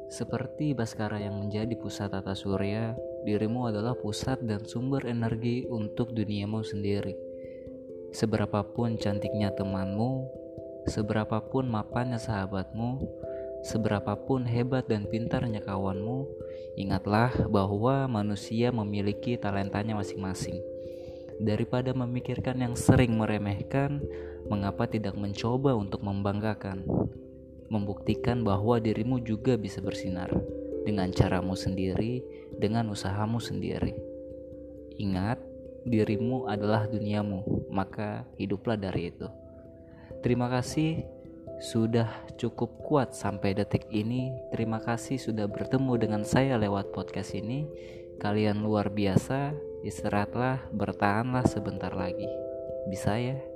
Seperti Baskara yang menjadi pusat tata surya, dirimu adalah pusat dan sumber energi untuk duniamu sendiri. Seberapapun cantiknya temanmu, seberapapun mapannya sahabatmu, seberapapun hebat dan pintarnya kawanmu, ingatlah bahwa manusia memiliki talentanya masing-masing. Daripada memikirkan yang sering meremehkan, mengapa tidak mencoba untuk membanggakan? Membuktikan bahwa dirimu juga bisa bersinar dengan caramu sendiri, dengan usahamu sendiri. Ingat, dirimu adalah duniamu, maka hiduplah dari itu. Terima kasih sudah cukup kuat sampai detik ini. Terima kasih sudah bertemu dengan saya lewat podcast ini. Kalian luar biasa, istirahatlah, bertahanlah sebentar lagi. Bisa ya?